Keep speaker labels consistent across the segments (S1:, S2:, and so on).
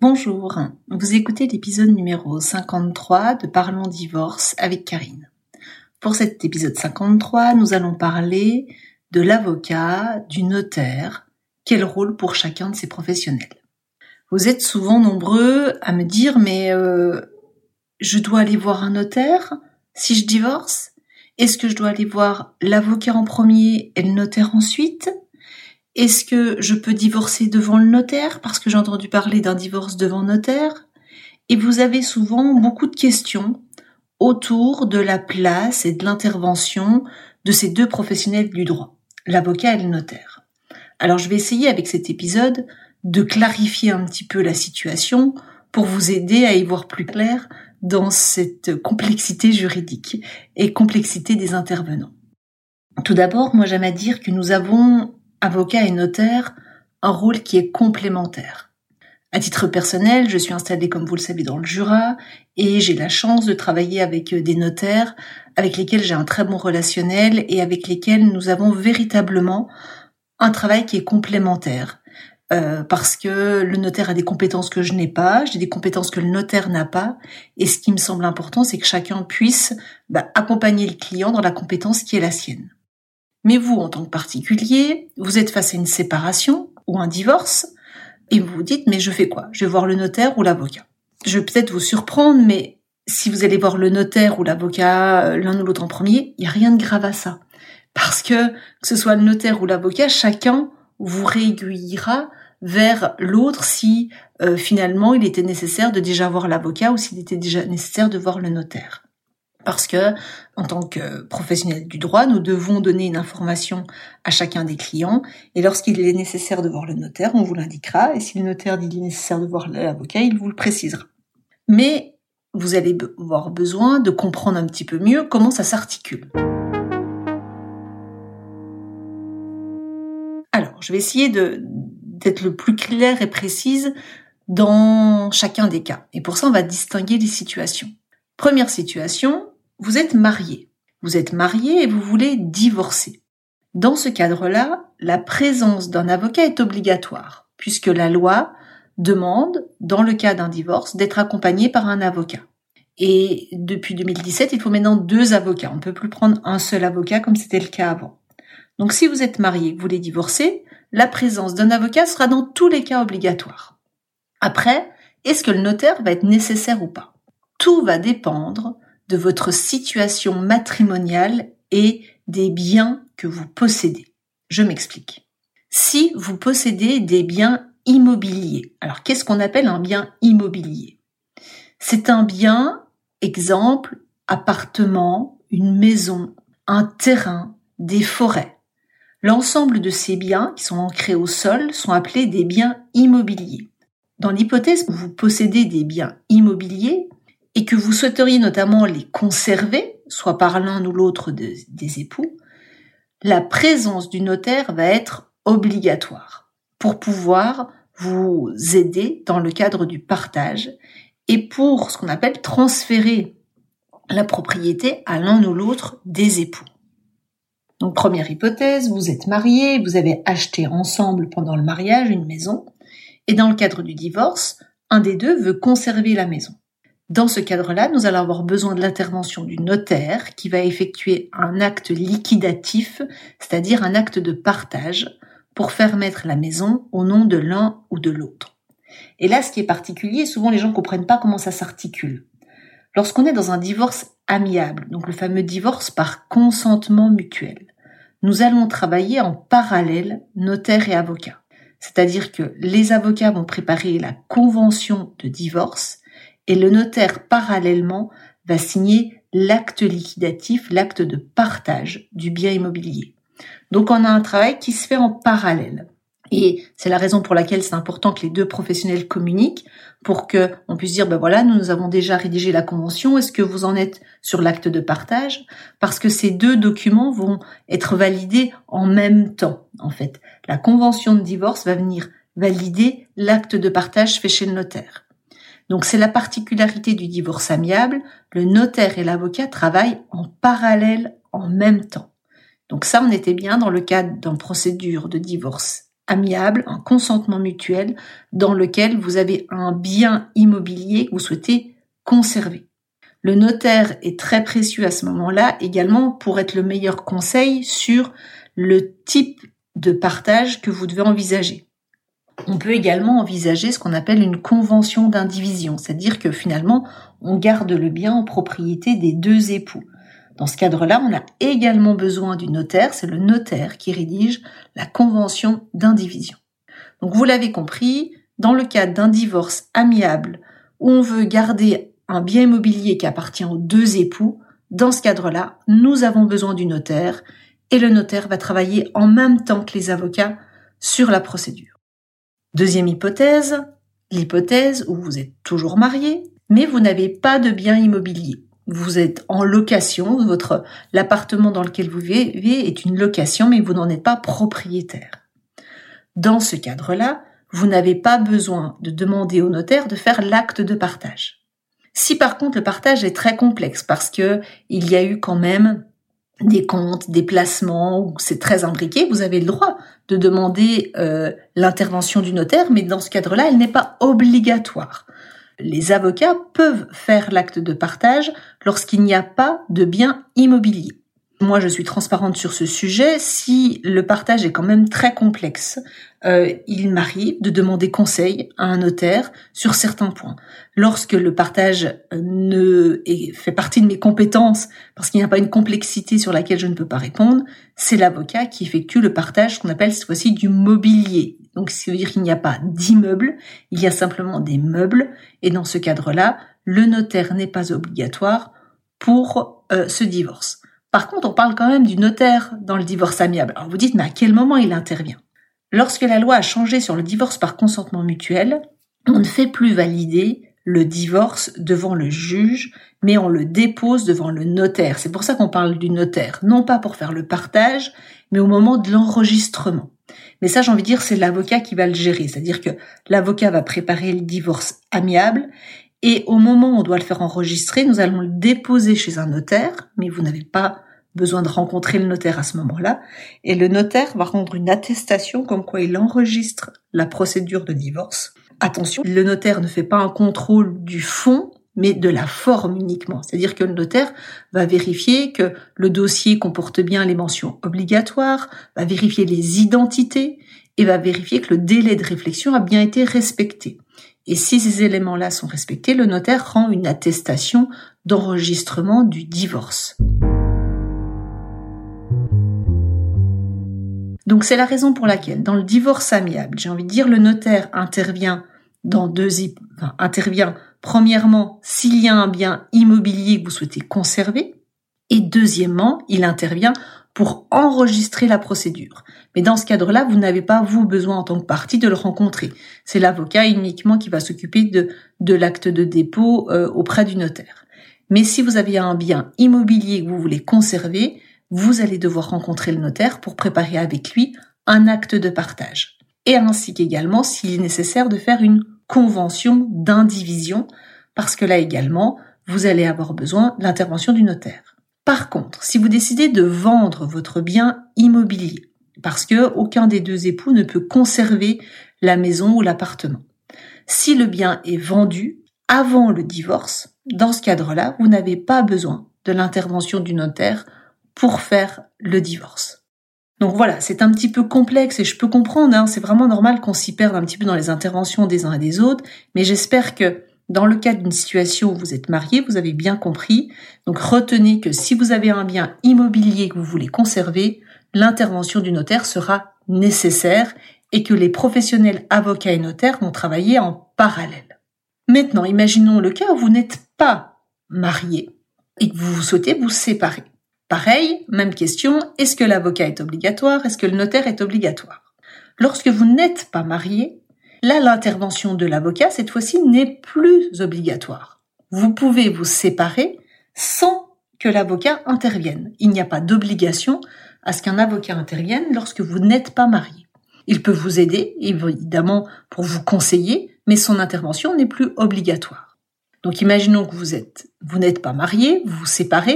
S1: Bonjour, vous écoutez l'épisode numéro 53 de Parlons Divorce avec Karine. Pour cet épisode 53, nous allons parler de l'avocat, du notaire, quel rôle pour chacun de ces professionnels. Vous êtes souvent nombreux à me dire mais je dois aller voir un notaire si je divorce ? Est-ce que je dois aller voir l'avocat en premier et le notaire ensuite ? Est-ce que je peux divorcer devant le notaire parce que j'ai entendu parler d'un divorce devant notaire ? Et vous avez souvent beaucoup de questions autour de la place et de l'intervention de ces deux professionnels du droit, l'avocat et le notaire. Alors je vais essayer avec cet épisode de clarifier un petit peu la situation pour vous aider à y voir plus clair dans cette complexité juridique et complexité des intervenants. Tout d'abord, moi j'aime à dire que nous avons avocat et notaire, un rôle qui est complémentaire. À titre personnel, je suis installée, comme vous le savez, dans le Jura et j'ai la chance de travailler avec des notaires avec lesquels j'ai un très bon relationnel et avec lesquels nous avons véritablement un travail qui est complémentaire. Parce que le notaire a des compétences que je n'ai pas, j'ai des compétences que le notaire n'a pas, et ce qui me semble important, c'est que chacun puisse accompagner le client dans la compétence qui est la sienne. Mais vous, en tant que particulier, vous êtes face à une séparation ou un divorce et vous vous dites, mais je fais quoi ? Je vais voir le notaire ou l'avocat. Je vais peut-être vous surprendre, mais si vous allez voir le notaire ou l'avocat, l'un ou l'autre en premier, il n'y a rien de grave à ça. Parce que ce soit le notaire ou l'avocat, chacun vous réaiguillera vers l'autre si finalement il était nécessaire de déjà voir l'avocat ou s'il était déjà nécessaire de voir le notaire. Parce que, en tant que professionnel du droit, nous devons donner une information à chacun des clients. Et lorsqu'il est nécessaire de voir le notaire, on vous l'indiquera. Et si le notaire dit qu'il est nécessaire de voir l'avocat, il vous le précisera. Mais vous allez avoir besoin de comprendre un petit peu mieux comment ça s'articule. Alors, je vais essayer d'être le plus claire et précise dans chacun des cas. Et pour ça, on va distinguer les situations. Première situation, vous êtes marié. Vous êtes marié et vous voulez divorcer. Dans ce cadre-là, la présence d'un avocat est obligatoire, puisque la loi demande, dans le cas d'un divorce, d'être accompagné par un avocat. Et depuis 2017, il faut maintenant 2 avocats. On ne peut plus prendre un seul avocat comme c'était le cas avant. Donc si vous êtes marié et que vous voulez divorcer, la présence d'un avocat sera dans tous les cas obligatoire. Après, est-ce que le notaire va être nécessaire ou pas ? Tout va dépendre de votre situation matrimoniale et des biens que vous possédez. Je m'explique. Si vous possédez des biens immobiliers, alors qu'est-ce qu'on appelle un bien immobilier ? C'est un bien, exemple, appartement, une maison, un terrain, des forêts. L'ensemble de ces biens qui sont ancrés au sol sont appelés des biens immobiliers. Dans l'hypothèse où vous possédez des biens immobiliers, et que vous souhaiteriez notamment les conserver, soit par l'un ou l'autre des époux, la présence du notaire va être obligatoire pour pouvoir vous aider dans le cadre du partage et pour ce qu'on appelle transférer la propriété à l'un ou l'autre des époux. Donc première hypothèse, vous êtes mariés, vous avez acheté ensemble pendant le mariage une maison et dans le cadre du divorce, un des deux veut conserver la maison. Dans ce cadre-là, nous allons avoir besoin de l'intervention du notaire qui va effectuer un acte liquidatif, c'est-à-dire un acte de partage, pour faire mettre la maison au nom de l'un ou de l'autre. Et là, ce qui est particulier, souvent les gens ne comprennent pas comment ça s'articule. Lorsqu'on est dans un divorce amiable, donc le fameux divorce par consentement mutuel, nous allons travailler en parallèle notaire et avocat. C'est-à-dire que les avocats vont préparer la convention de divorce et le notaire, parallèlement, va signer l'acte liquidatif, l'acte de partage du bien immobilier. Donc, on a un travail qui se fait en parallèle. Et c'est la raison pour laquelle c'est important que les deux professionnels communiquent pour que on puisse dire, voilà, nous avons déjà rédigé la convention, est-ce que vous en êtes sur l'acte de partage ? Parce que ces 2 documents vont être validés en même temps, en fait. La convention de divorce va venir valider l'acte de partage fait chez le notaire. Donc c'est la particularité du divorce amiable, le notaire et l'avocat travaillent en parallèle en même temps. Donc ça, on était bien dans le cadre d'une procédure de divorce amiable, un consentement mutuel dans lequel vous avez un bien immobilier que vous souhaitez conserver. Le notaire est très précieux à ce moment-là également pour être le meilleur conseil sur le type de partage que vous devez envisager. On peut également envisager ce qu'on appelle une convention d'indivision, c'est-à-dire que finalement, on garde le bien en propriété des deux époux. Dans ce cadre-là, on a également besoin du notaire, c'est le notaire qui rédige la convention d'indivision. Donc vous l'avez compris, dans le cadre d'un divorce amiable où on veut garder un bien immobilier qui appartient aux deux époux, dans ce cadre-là, nous avons besoin du notaire et le notaire va travailler en même temps que les avocats sur la procédure. Deuxième hypothèse, l'hypothèse où vous êtes toujours marié, mais vous n'avez pas de bien immobilier. Vous êtes en location, l'appartement dans lequel vous vivez est une location, mais vous n'en êtes pas propriétaire. Dans ce cadre-là, vous n'avez pas besoin de demander au notaire de faire l'acte de partage. Si par contre le partage est très complexe parce que il y a eu quand même des comptes, des placements, où c'est très imbriqué, vous avez le droit de demander l'intervention du notaire, mais dans ce cadre-là, elle n'est pas obligatoire. Les avocats peuvent faire l'acte de partage lorsqu'il n'y a pas de bien immobilier. Moi, je suis transparente sur ce sujet. Si le partage est quand même très complexe, il m'arrive de demander conseil à un notaire sur certains points. Lorsque le partage fait partie de mes compétences, parce qu'il n'y a pas une complexité sur laquelle je ne peux pas répondre, c'est l'avocat qui effectue le partage, qu'on appelle cette fois-ci du mobilier. Donc, ça veut dire qu'il n'y a pas d'immeuble, il y a simplement des meubles, et dans ce cadre-là, le notaire n'est pas obligatoire pour ce divorce. Par contre, on parle quand même du notaire dans le divorce amiable. Alors vous dites, mais à quel moment il intervient ? Lorsque la loi a changé sur le divorce par consentement mutuel, on ne fait plus valider le divorce devant le juge, mais on le dépose devant le notaire. C'est pour ça qu'on parle du notaire, non pas pour faire le partage, mais au moment de l'enregistrement. Mais ça, j'ai envie de dire, c'est l'avocat qui va le gérer. C'est-à-dire que l'avocat va préparer le divorce amiable et au moment où on doit le faire enregistrer, nous allons le déposer chez un notaire, mais vous n'avez pas besoin de rencontrer le notaire à ce moment-là. Et le notaire va rendre une attestation comme quoi il enregistre la procédure de divorce. Attention, le notaire ne fait pas un contrôle du fond, mais de la forme uniquement. C'est-à-dire que le notaire va vérifier que le dossier comporte bien les mentions obligatoires, va vérifier les identités et va vérifier que le délai de réflexion a bien été respecté. Et si ces éléments-là sont respectés, le notaire rend une attestation d'enregistrement du divorce. Donc c'est la raison pour laquelle, dans le divorce amiable, j'ai envie de dire, le notaire intervient premièrement s'il y a un bien immobilier que vous souhaitez conserver, et deuxièmement, il intervient pour enregistrer la procédure. Mais dans ce cadre-là, vous n'avez pas, vous, besoin en tant que partie de le rencontrer. C'est l'avocat uniquement qui va s'occuper de l'acte de dépôt auprès du notaire. Mais si vous avez un bien immobilier que vous voulez conserver, vous allez devoir rencontrer le notaire pour préparer avec lui un acte de partage. Et ainsi qu'également, s'il est nécessaire de faire une convention d'indivision, parce que là également, vous allez avoir besoin de l'intervention du notaire. Par contre, si vous décidez de vendre votre bien immobilier, parce que aucun des deux époux ne peut conserver la maison ou l'appartement, si le bien est vendu avant le divorce, dans ce cadre-là, vous n'avez pas besoin de l'intervention du notaire pour faire le divorce. Donc voilà, c'est un petit peu complexe et je peux comprendre, c'est vraiment normal qu'on s'y perde un petit peu dans les interventions des uns et des autres, mais j'espère que dans le cas d'une situation où vous êtes marié, vous avez bien compris. Donc retenez que si vous avez un bien immobilier que vous voulez conserver, l'intervention du notaire sera nécessaire et que les professionnels avocats et notaires vont travailler en parallèle. Maintenant, imaginons le cas où vous n'êtes pas marié et que vous souhaitez vous séparer. Pareil, même question, est-ce que l'avocat est obligatoire? Est-ce que le notaire est obligatoire? Lorsque vous n'êtes pas marié, là, l'intervention de l'avocat, cette fois-ci, n'est plus obligatoire. Vous pouvez vous séparer sans que l'avocat intervienne. Il n'y a pas d'obligation à ce qu'un avocat intervienne lorsque vous n'êtes pas marié. Il peut vous aider, évidemment, pour vous conseiller, mais son intervention n'est plus obligatoire. Donc, imaginons que vous n'êtes pas marié, vous vous séparez,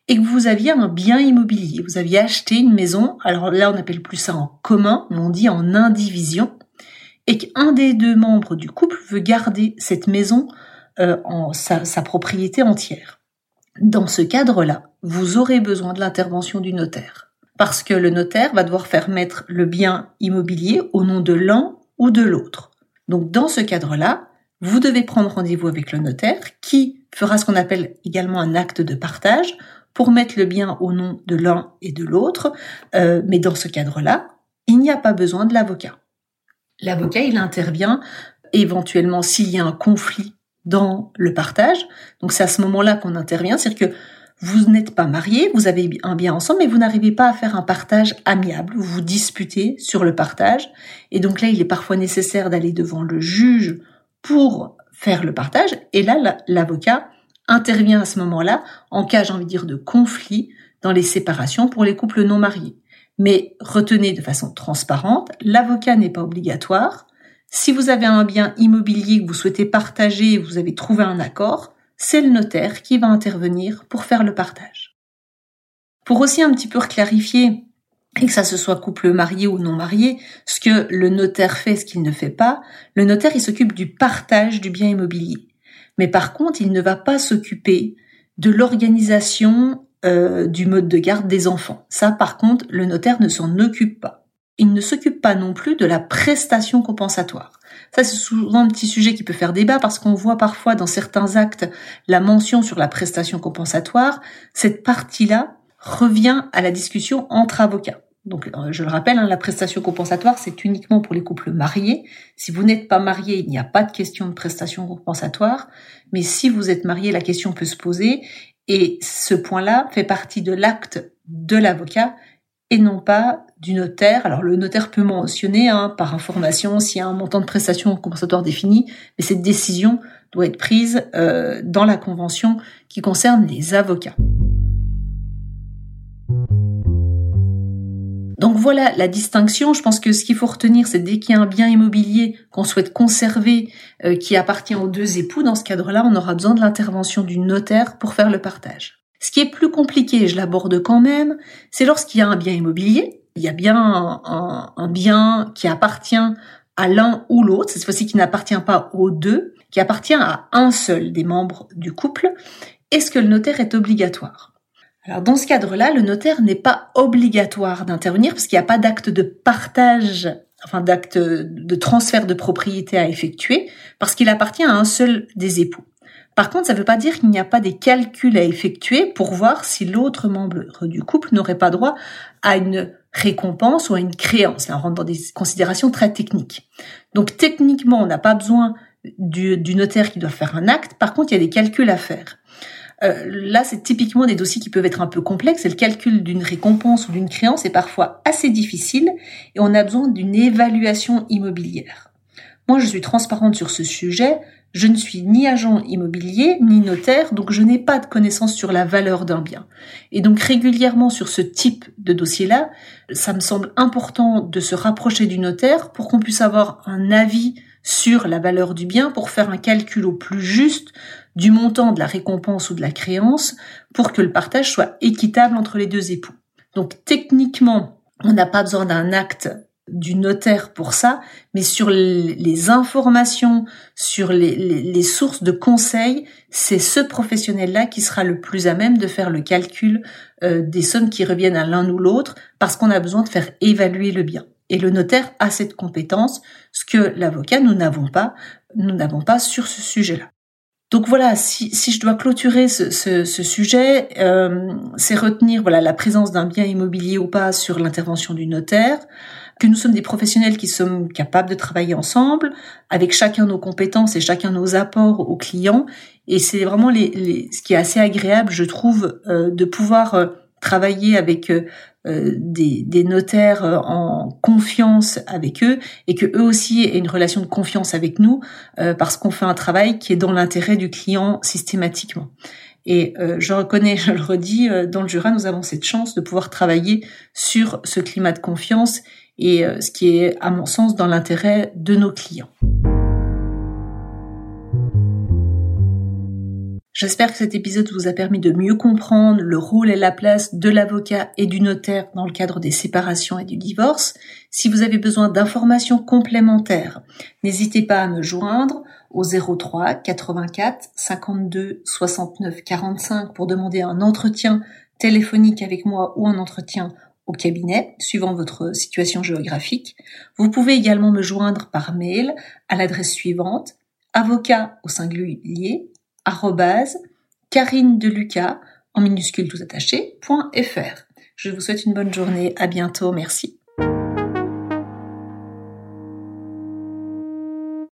S1: et que vous aviez un bien immobilier, vous aviez acheté une maison, alors là on n'appelle plus ça en commun, mais on dit en indivision, et qu'un des deux membres du couple veut garder cette maison en sa propriété entière. Dans ce cadre-là, vous aurez besoin de l'intervention du notaire, parce que le notaire va devoir faire mettre le bien immobilier au nom de l'un ou de l'autre. Donc dans ce cadre-là, vous devez prendre rendez-vous avec le notaire qui fera ce qu'on appelle également un acte de partage pour mettre le bien au nom de l'un et de l'autre, mais dans ce cadre-là, il n'y a pas besoin de l'avocat. L'avocat, il intervient éventuellement s'il y a un conflit dans le partage. Donc c'est à ce moment-là qu'on intervient, c'est-à-dire que vous n'êtes pas mariés, vous avez un bien ensemble, mais vous n'arrivez pas à faire un partage amiable, vous vous disputez sur le partage, et donc là il est parfois nécessaire d'aller devant le juge pour faire le partage, et là l'avocat intervient à ce moment-là en cas, j'ai envie de dire, de conflit dans les séparations pour les couples non mariés. Mais retenez de façon transparente, l'avocat n'est pas obligatoire. Si vous avez un bien immobilier que vous souhaitez partager et vous avez trouvé un accord, c'est le notaire qui va intervenir pour faire le partage. Pour aussi un petit peu clarifier, et que ça se soit couple marié ou non marié, ce que le notaire fait, ce qu'il ne fait pas, le notaire il s'occupe du partage du bien immobilier. Mais par contre, il ne va pas s'occuper de l'organisation du mode de garde des enfants. Ça, par contre, le notaire ne s'en occupe pas. Il ne s'occupe pas non plus de la prestation compensatoire. Ça, c'est souvent un petit sujet qui peut faire débat parce qu'on voit parfois dans certains actes la mention sur la prestation compensatoire. Cette partie-là revient à la discussion entre avocats. Donc, je le rappelle, la prestation compensatoire, c'est uniquement pour les couples mariés. Si vous n'êtes pas marié, il n'y a pas de question de prestation compensatoire. Mais si vous êtes marié, la question peut se poser. Et ce point-là fait partie de l'acte de l'avocat et non pas du notaire. Alors le notaire peut mentionner par information s'il y a un montant de prestation compensatoire défini, mais cette décision doit être prise dans la convention qui concerne les avocats. Donc voilà la distinction. Je pense que ce qu'il faut retenir, c'est dès qu'il y a un bien immobilier qu'on souhaite conserver, qui appartient aux deux époux, dans ce cadre-là, on aura besoin de l'intervention du notaire pour faire le partage. Ce qui est plus compliqué, je l'aborde quand même, c'est lorsqu'il y a un bien immobilier, il y a bien un bien qui appartient à l'un ou l'autre, cette fois-ci qui n'appartient pas aux deux, qui appartient à un seul des membres du couple. Est-ce que le notaire est obligatoire ? Alors dans ce cadre-là, le notaire n'est pas obligatoire d'intervenir parce qu'il n'y a pas d'acte de partage, d'acte de transfert de propriété à effectuer, parce qu'il appartient à un seul des époux. Par contre, ça ne veut pas dire qu'il n'y a pas des calculs à effectuer pour voir si l'autre membre du couple n'aurait pas droit à une récompense ou à une créance. Là, on rentre dans des considérations très techniques. Donc techniquement, on n'a pas besoin du notaire qui doit faire un acte. Par contre, il y a des calculs à faire. Là, c'est typiquement des dossiers qui peuvent être un peu complexes et le calcul d'une récompense ou d'une créance est parfois assez difficile et on a besoin d'une évaluation immobilière. Moi, je suis transparente sur ce sujet. Je ne suis ni agent immobilier, ni notaire, donc je n'ai pas de connaissance sur la valeur d'un bien. Et donc régulièrement sur ce type de dossier-là, ça me semble important de se rapprocher du notaire pour qu'on puisse avoir un avis sur la valeur du bien, pour faire un calcul au plus juste du montant de la récompense ou de la créance, pour que le partage soit équitable entre les deux époux. Donc techniquement, on n'a pas besoin d'un acte du notaire pour ça, mais sur les informations, sur les sources de conseils, c'est ce professionnel-là qui sera le plus à même de faire le calcul des sommes qui reviennent à l'un ou l'autre, parce qu'on a besoin de faire évaluer le bien. Et le notaire a cette compétence, ce que l'avocat, nous n'avons pas sur ce sujet-là. Donc voilà, si je dois clôturer ce sujet, c'est retenir la présence d'un bien immobilier ou pas sur l'intervention du notaire, que nous sommes des professionnels qui sommes capables de travailler ensemble, avec chacun nos compétences et chacun nos apports aux clients. Et c'est vraiment ce qui est assez agréable, je trouve, de pouvoir travailler avec des notaires en confiance avec eux et que eux aussi aient une relation de confiance avec nous parce qu'on fait un travail qui est dans l'intérêt du client systématiquement. Et je reconnais, je le redis, dans le Jura, nous avons cette chance de pouvoir travailler sur ce climat de confiance et ce qui est, à mon sens, dans l'intérêt de nos clients. J'espère que cet épisode vous a permis de mieux comprendre le rôle et la place de l'avocat et du notaire dans le cadre des séparations et du divorce. Si vous avez besoin d'informations complémentaires, n'hésitez pas à me joindre au 03 84 52 69 45 pour demander un entretien téléphonique avec moi ou un entretien au cabinet, suivant votre situation géographique. Vous pouvez également me joindre par mail à l'adresse suivante, avocat au singulier, @carinedeluca, en minuscule tout attaché, .fr. Je vous souhaite une bonne journée, à bientôt, merci.